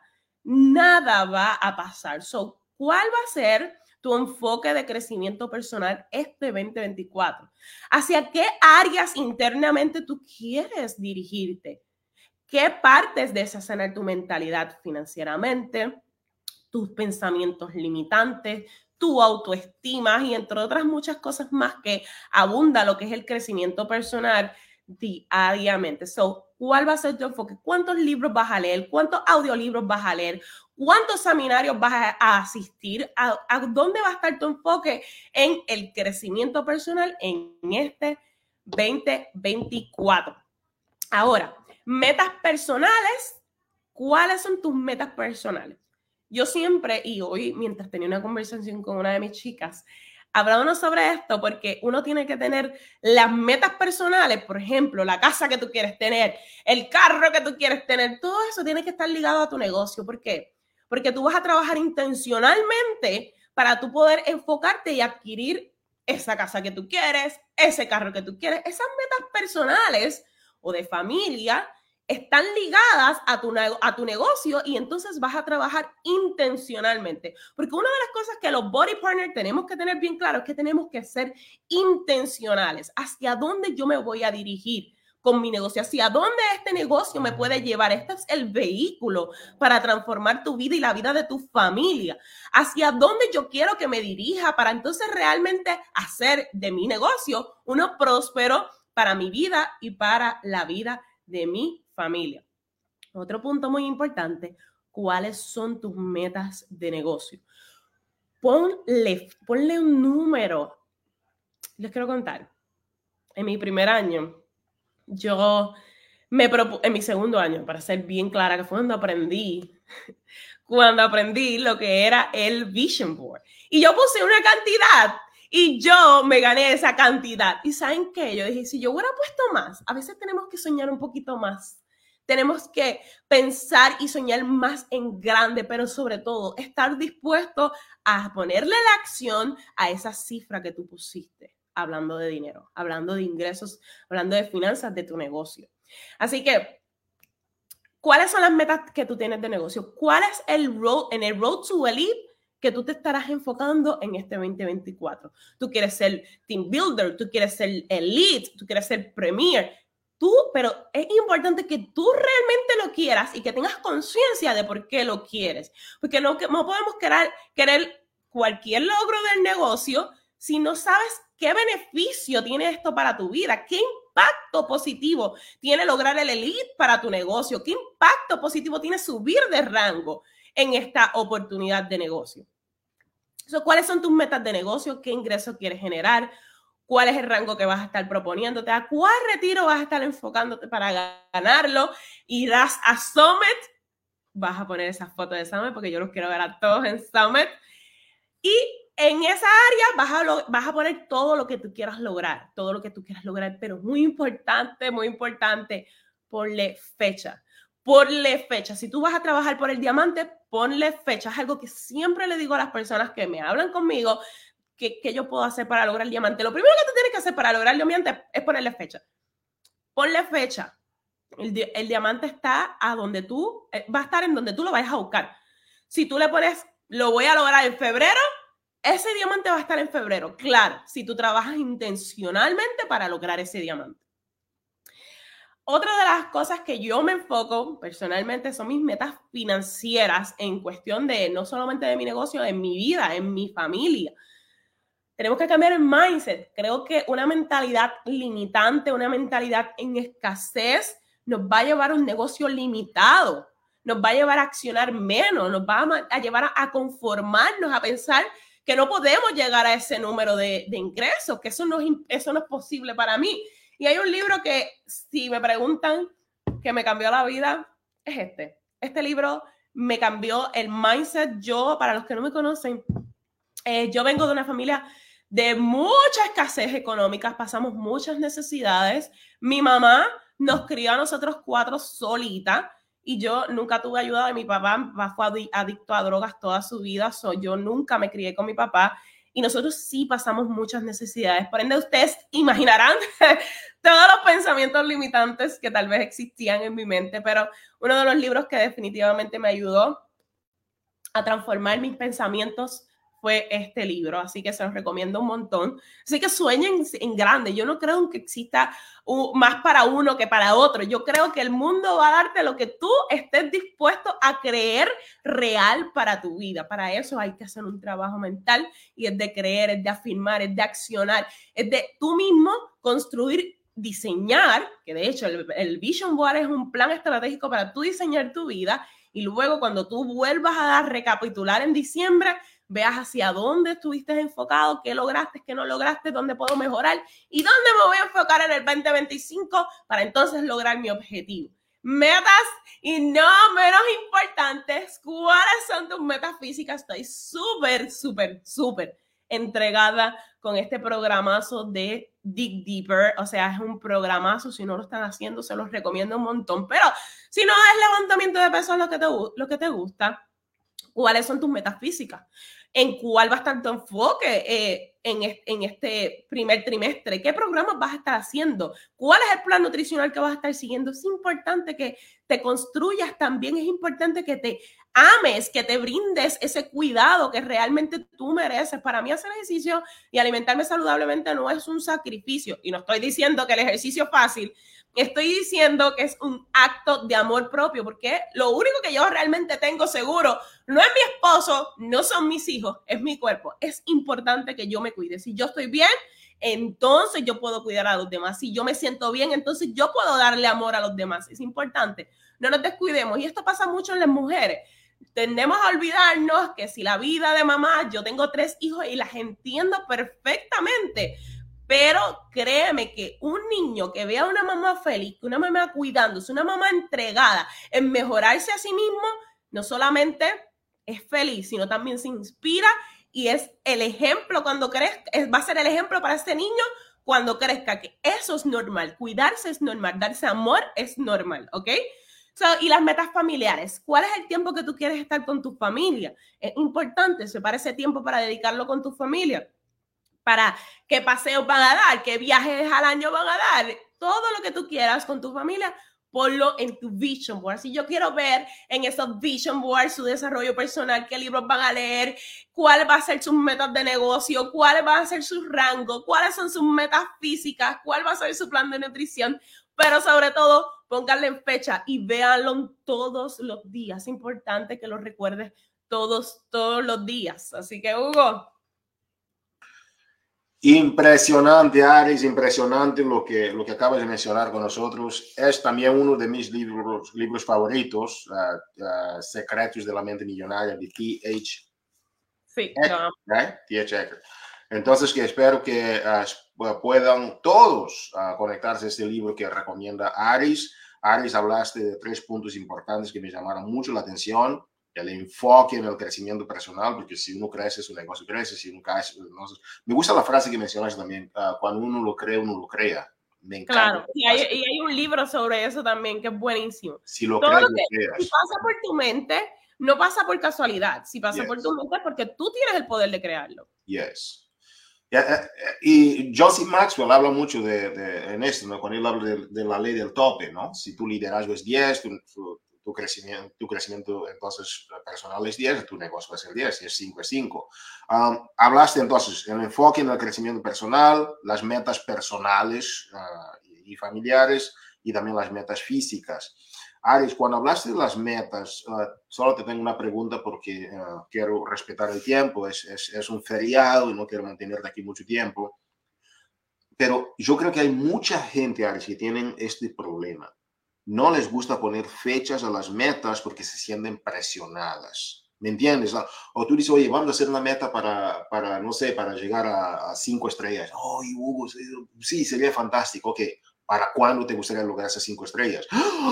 nada va a pasar. So, ¿cuál va a ser tu enfoque de crecimiento personal este veinte veinticuatro? ¿Hacia qué áreas internamente tú quieres dirigirte? ¿Qué partes de esa sanar tu mentalidad financieramente, tus pensamientos limitantes, tu autoestima y entre otras muchas cosas más que abunda lo que es el crecimiento personal diariamente? So, ¿cuál va a ser tu enfoque? ¿Cuántos libros vas a leer? ¿Cuántos audiolibros vas a leer? ¿Cuántos seminarios vas a, a asistir? ¿A, ¿A dónde va a estar tu enfoque en el crecimiento personal en este veinte veinticuatro? Ahora, metas personales. ¿Cuáles son tus metas personales? Yo siempre, y hoy mientras tenía una conversación con una de mis chicas, hablándonos sobre esto, porque uno tiene que tener las metas personales, por ejemplo, la casa que tú quieres tener, el carro que tú quieres tener, todo eso tiene que estar ligado a tu negocio. ¿Por qué? Porque tú vas a trabajar intencionalmente para tú poder enfocarte y adquirir esa casa que tú quieres, ese carro que tú quieres. Esas metas personales o de familia están ligadas a tu, a tu negocio, y entonces vas a trabajar intencionalmente. Porque una de las cosas que los Body Partners tenemos que tener bien claro es que tenemos que ser intencionales. ¿Hacia dónde yo me voy a dirigir con mi negocio? ¿Hacia dónde este negocio me puede llevar? Este es el vehículo para transformar tu vida y la vida de tu familia. ¿Hacia dónde yo quiero que me dirija para entonces realmente hacer de mi negocio uno próspero para mi vida y para la vida de mi familia? Otro punto muy importante, cuáles son tus metas de negocio. Ponle, ponle un número. Les quiero contar. En mi primer año, yo me propuse, en mi segundo año, para ser bien clara, que fue cuando aprendí, cuando aprendí lo que era el Vision Board. Y yo puse una cantidad y yo me gané esa cantidad. ¿Y saben qué? Yo dije, si yo hubiera puesto más, a veces tenemos que soñar un poquito más. Tenemos que pensar y soñar más en grande, pero sobre todo estar dispuesto a ponerle la acción a esa cifra que tú pusiste, hablando de dinero, hablando de ingresos, hablando de finanzas de tu negocio. Así que, ¿cuáles son las metas que tú tienes de negocio? ¿Cuál es el road, en el road to elite que tú te estarás enfocando en este veinte veinticuatro? Tú quieres ser team builder, tú quieres ser elite, tú quieres ser premier. Tú, pero es importante que tú realmente lo quieras y que tengas conciencia de por qué lo quieres. Porque no, no podemos querer, querer cualquier logro del negocio si no sabes qué beneficio tiene esto para tu vida, qué impacto positivo tiene lograr el elite para tu negocio, qué impacto positivo tiene subir de rango en esta oportunidad de negocio. So, ¿cuáles son tus metas de negocio? ¿Qué ingresos quieres generar? ¿Cuál es el rango que vas a estar proponiéndote? ¿A cuál retiro vas a estar enfocándote para ganarlo? Irás a Summit. Vas a poner esa foto de Summit porque yo los quiero ver a todos en Summit. Y en esa área vas a, lo, vas a poner todo lo que tú quieras lograr. Todo lo que tú quieras lograr. Pero muy importante, muy importante, ponle fecha. Ponle fecha. Si tú vas a trabajar por el diamante, ponle fecha. Es algo que siempre le digo a las personas que me hablan conmigo. ¿Qué, ¿Qué yo puedo hacer para lograr el diamante? Lo primero que tú tienes que hacer para lograr el diamante es ponerle fecha. Ponle fecha. El, el diamante está a donde tú, va a estar en donde tú lo vayas a buscar. Si tú le pones, lo voy a lograr en febrero, ese diamante va a estar en febrero. Claro, si tú trabajas intencionalmente para lograr ese diamante. Otra de las cosas que yo me enfoco personalmente son mis metas financieras en cuestión de no solamente de mi negocio, en mi vida, en mi familia. Tenemos que cambiar el mindset. Creo que una mentalidad limitante, una mentalidad en escasez nos va a llevar a un negocio limitado, nos va a llevar a accionar menos, nos va a llevar a conformarnos, a pensar que no podemos llegar a ese número de, de ingresos, que eso no, es, eso no es posible para mí. Y hay un libro que, si me preguntan, que me cambió la vida, es este. Este libro me cambió el mindset. Yo, para los que no me conocen, eh, yo vengo de una familia de mucha escasez económica, pasamos muchas necesidades. Mi mamá nos crió a nosotros cuatro solita y yo nunca tuve ayuda de mi papá. Fue adicto a drogas toda su vida, so yo nunca me crié con mi papá y nosotros sí pasamos muchas necesidades. Por ende, ustedes imaginarán todos los pensamientos limitantes que tal vez existían en mi mente, pero uno de los libros que definitivamente me ayudó a transformar mis pensamientos fue este libro, así que se los recomiendo un montón. Así que sueñen en grande. Yo no creo que exista uh, más para uno que para otro. Yo creo que el mundo va a darte lo que tú estés dispuesto a creer real para tu vida. Para eso hay que hacer un trabajo mental y es de creer, es de afirmar, es de accionar, es de tú mismo construir, diseñar, que de hecho el, el Vision Board es un plan estratégico para tú diseñar tu vida y luego cuando tú vuelvas a dar, recapitular en diciembre, veas hacia dónde estuviste enfocado, qué lograste, qué no lograste, dónde puedo mejorar y dónde me voy a enfocar en el veinte veinticinco para entonces lograr mi objetivo. Metas y no menos importantes, ¿cuáles son tus metas físicas? Estoy súper, súper, súper entregada con este programazo de Dig Deeper. O sea, es un programazo. Si no lo están haciendo, se los recomiendo un montón. Pero si no es levantamiento de peso lo que te, lo que te gusta, ¿cuáles son tus metas físicas? ¿En cuál va a estar tu enfoque eh, en, este, en este primer trimestre? ¿Qué programas vas a estar haciendo? ¿Cuál es el plan nutricional que vas a estar siguiendo? Es importante que te construyas también. Es importante que te ames, que te brindes ese cuidado que realmente tú mereces. Para mí hacer ejercicio y alimentarme saludablemente no es un sacrificio. Y no estoy diciendo que el ejercicio es fácil. Estoy diciendo que es un acto de amor propio, porque lo único que yo realmente tengo seguro no es mi esposo, no son mis hijos, es mi cuerpo. Es importante que yo me cuide. Si yo estoy bien, entonces yo puedo cuidar a los demás. Si yo me siento bien, entonces yo puedo darle amor a los demás. Es importante. No nos descuidemos. Y esto pasa mucho en las mujeres. tendemos a olvidarnos que si la vida de mamá, yo tengo tres hijos y las entiendo perfectamente, pero créeme que un niño que vea a una mamá feliz, que una mamá cuidándose, una mamá entregada en mejorarse a sí mismo, no solamente es feliz, sino también se inspira y es el ejemplo cuando crezca, va a ser el ejemplo para este niño cuando crezca, que eso es normal, cuidarse es normal, darse amor es normal, ¿ok? So, y las metas familiares, ¿cuál es el tiempo que tú quieres estar con tu familia? Es importante, separa ese tiempo para dedicarlo con tu familia. Para qué paseos van a dar, qué viajes al año van a dar, todo lo que tú quieras con tu familia, ponlo en tu vision board. Si yo quiero ver en esos vision boards su desarrollo personal, qué libros van a leer, cuál va a ser sus metas de negocio, cuál va a ser su rango, cuáles son sus metas físicas, cuál va a ser su plan de nutrición, pero sobre todo, pónganle en fecha y véanlo todos los días. Es importante que lo recuerdes todos, todos los días. Así que, Hugo, impresionante, Aris, impresionante lo que, lo que acabas de mencionar con nosotros. Es también uno de mis libros, libros favoritos, uh, uh, Secretos de la Mente Millonaria, de T H Sí, Ecker, ¿right? T H Ecker. Entonces, que espero que uh, puedan todos uh, conectarse a este libro que recomienda Aris. Aris, hablaste de tres puntos importantes que me llamaron mucho la atención. El enfoque en el crecimiento personal, porque si uno crece, su negocio crece, si uno cae, entonces, me gusta la frase que mencionaste también, uh, cuando uno lo cree, uno lo crea. Me encanta. Claro, y hay, y hay un libro sobre eso también que es buenísimo. Si lo Todo crees, lo lo que creas. si pasa por tu mente, no pasa por casualidad, si pasa Yes. por tu mente porque tú tienes el poder de crearlo. Yes. Yeah, y Joseph Maxwell habla mucho de, de, en esto, ¿no? Cuando él habla de, de la ley del tope, ¿no? Si tu liderazgo es diez, tu, tu, tu, crecimiento, tu crecimiento entonces personal es diez, tu negocio va a ser diez, si es cinco es cinco. Um, hablaste entonces el enfoque en el crecimiento personal, las metas personales uh, y, y familiares y también las metas físicas. Aris, cuando hablaste de las metas, uh, solo te tengo una pregunta porque uh, quiero respetar el tiempo, es, es, es un feriado y no quiero mantenerte aquí mucho tiempo, pero yo creo que hay mucha gente, Aris, que tienen este problema. No les gusta poner fechas a las metas porque se sienten presionadas. ¿Me entiendes? O tú dices, oye, vamos a hacer una meta para, para no sé, para llegar a, a cinco estrellas. Oh, Hugo, sí, sería fantástico. Ok, ¿para cuándo te gustaría lograr esas cinco estrellas?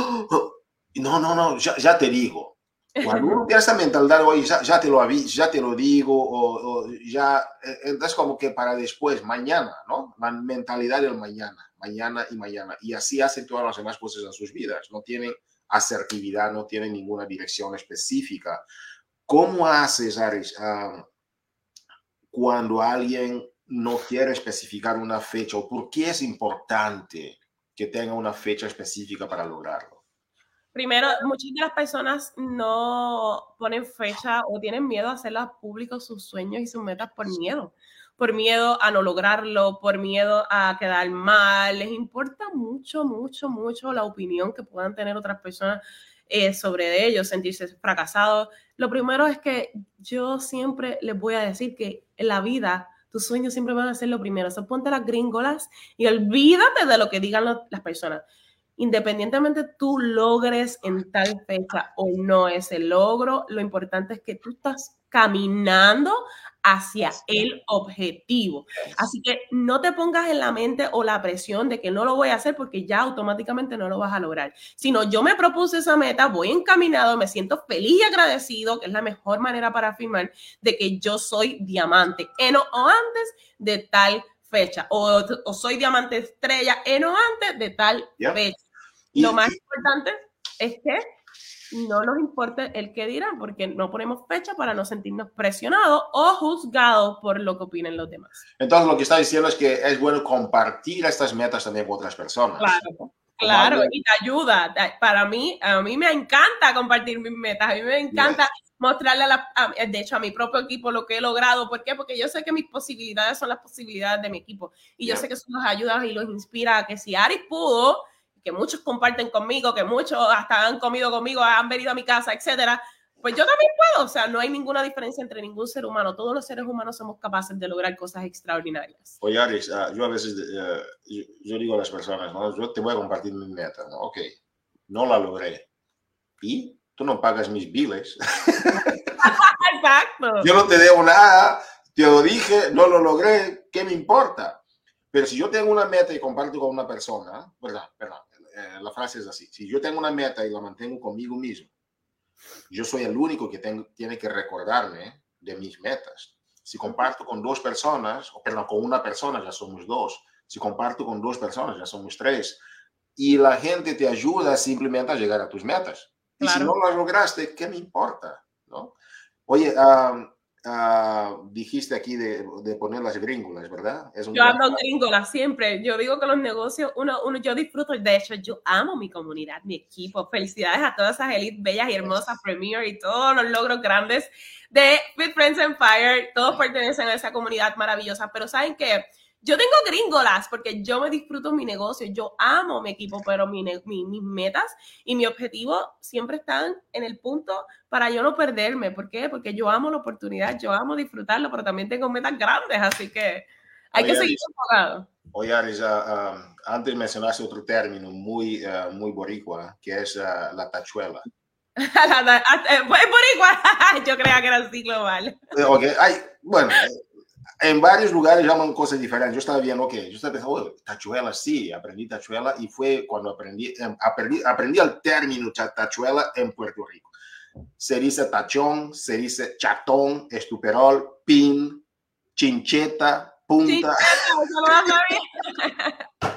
No, no, no, ya, ya te digo. Cuando uno tiene esa mentalidad, oye, ya, ya te lo aviso, ya te lo digo, o, o ya, entonces como que para después, mañana, ¿no? La mentalidad del mañana, mañana y mañana. Y así hacen todas las demás cosas en sus vidas. No tienen asertividad, no tienen ninguna dirección específica. ¿Cómo haces, Aris, um, cuando alguien no quiere especificar una fecha? ¿O por qué es importante que tenga una fecha específica para lograrlo? Primero, muchas de las personas no ponen fecha o tienen miedo a hacerlas públicos sus sueños y sus metas por miedo. Por miedo a no lograrlo, por miedo a quedar mal. Les importa mucho, mucho, mucho la opinión que puedan tener otras personas eh, sobre ellos, sentirse fracasados. Lo primero es que yo siempre les voy a decir que en la vida tus sueños siempre van a ser lo primero. O sea, ponte las gringolas y olvídate de lo que digan lo, las personas. Independientemente tú logres en tal fecha o no ese logro, lo importante es que tú estás caminando hacia el objetivo. Así que no te pongas en la mente o la presión de que no lo voy a hacer porque ya automáticamente no lo vas a lograr. Sino yo me propuse esa meta, voy encaminado, me siento feliz y agradecido, que es la mejor manera para afirmar de que yo soy diamante en o antes de tal fecha o, o soy diamante estrella en o antes de tal yeah. fecha. Y lo más importante es que no nos importe el que dirán, porque no ponemos fecha para no sentirnos presionados o juzgados por lo que opinen los demás. Entonces, lo que está diciendo es que es bueno compartir estas metas también con otras personas. Claro, claro, alguien... y te ayuda. Para mí, a mí me encanta compartir mis metas, a mí me encanta yes. mostrarle, a la, a, de hecho, a mi propio equipo lo que he logrado. ¿Por qué? Porque yo sé que mis posibilidades son las posibilidades de mi equipo. Y yo yeah. sé que eso los ayuda y los inspira a que si Aris pudo, que muchos comparten conmigo, que muchos hasta han comido conmigo, han venido a mi casa, etcétera, pues yo también puedo. O sea, no hay ninguna diferencia entre ningún ser humano. Todos los seres humanos somos capaces de lograr cosas extraordinarias. Oye, Aris, uh, yo a veces, uh, yo, yo digo a las personas, ¿no? Yo te voy a compartir mi meta, ¿no? Ok, no la logré. ¿Y? tú no pagas mis biles. Exacto. Yo no te debo nada, te lo dije, no lo logré, ¿qué me importa? Pero si yo tengo una meta y comparto con una persona, ¿verdad? Perdón, eh, la frase es así, si yo tengo una meta y la mantengo conmigo mismo, yo soy el único que tengo, tiene que recordarme de mis metas. Si comparto con dos personas, o perdón, con una persona ya somos dos, si comparto con dos personas ya somos tres, y la gente te ayuda simplemente a llegar a tus metas. Y claro, si no las lograste, ¿qué me importa? ¿No? Oye, uh, uh, dijiste aquí de, de poner las gringolas, ¿verdad? Es un yo ando gringolas siempre. Yo digo que los negocios, uno, uno, yo disfruto. De hecho, yo amo mi comunidad, mi equipo. Felicidades a todas esas élites bellas y hermosas, yes. Premier y todos los logros grandes de Fit Friends Empire. Todos pertenecen a esa comunidad maravillosa. Pero ¿saben qué? Yo tengo gringolas porque yo me disfruto mi negocio, yo amo mi equipo, pero mi, mi, mis metas y mi objetivo siempre están en el punto para yo no perderme. ¿Por qué? Porque yo amo la oportunidad, yo amo disfrutarlo, pero también tengo metas grandes, así que hay oye, que seguir enfocado. Oye, Aris, uh, uh, antes mencionaste otro término muy, uh, muy boricua, que es uh, la tachuela. Es boricua, yo creía que era así global. Okay. Ay, bueno... En varios lugares llaman cosas diferentes. Yo estaba viendo, ok, yo estaba pensando, oh, tachuela, sí, aprendí tachuela y fue cuando aprendí, aprendí, aprendí el término tachuela en Puerto Rico. Se dice tachón, se dice chatón, estuperol, pin, chincheta, punta. Chincheta,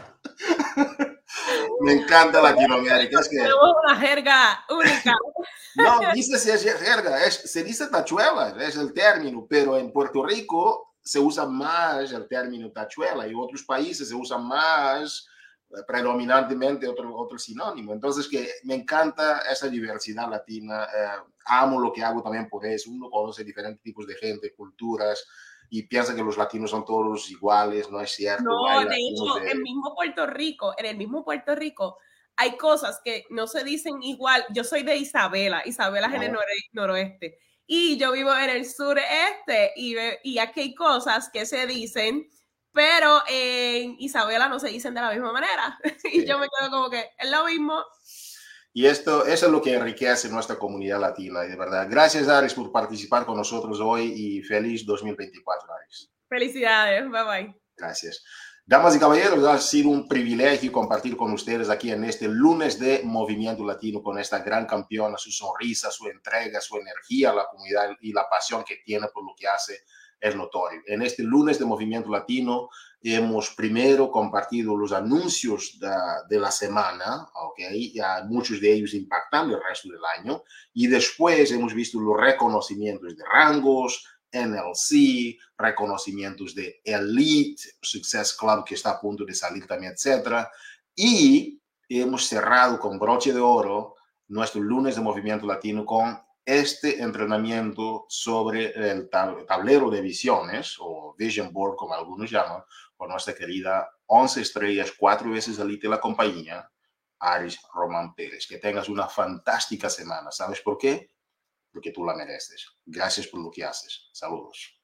me encanta Latinoamérica. Es que tenemos una jerga única. No, dice si es jerga, es, se dice tachuela, es el término, pero en Puerto Rico se usa más el término tachuela y en otros países se usa más predominantemente otro, otro sinónimo. Entonces, que me encanta esa diversidad latina. Eh, amo lo que hago también por eso. Uno conoce diferentes tipos de gente, culturas, y piensa que los latinos son todos iguales. No es cierto. No, de hecho, de... en mismo Puerto Rico, en el mismo Puerto Rico, hay cosas que no se dicen igual. Yo soy de Isabela. Isabela es en el nor noroeste. Y yo vivo en el sureste y, y aquí hay cosas que se dicen, pero en Isabela no se dicen de la misma manera. Y sí. Yo me quedo como que es lo mismo. Y esto, eso es lo que enriquece nuestra comunidad latina, y de verdad. Gracias, Aris, por participar con nosotros hoy y feliz dos mil veinticuatro, Aris. Felicidades, bye bye. Gracias. Damas y caballeros, ha sido un privilegio compartir con ustedes aquí en este lunes de Movimiento Latino con esta gran campeona, su sonrisa, su entrega, su energía a la comunidad y la pasión que tiene por lo que hace es notorio. En este lunes de Movimiento Latino hemos primero compartido los anuncios de, de la semana, okay, ya muchos de ellos impactando el resto del año, y después hemos visto los reconocimientos de rangos, N L C, reconocimientos de Elite, Success Club que está a punto de salir también, etcétera. Y hemos cerrado con broche de oro nuestro lunes de Movimiento Latino con este entrenamiento sobre el tablero de visiones, o Vision Board, como algunos llaman, con nuestra querida once estrellas, cuatro veces Elite de la compañía, Aris Román Pérez. Que tengas una fantástica semana. ¿Sabes por qué? Porque tú la mereces. Gracias por lo que haces. Saludos.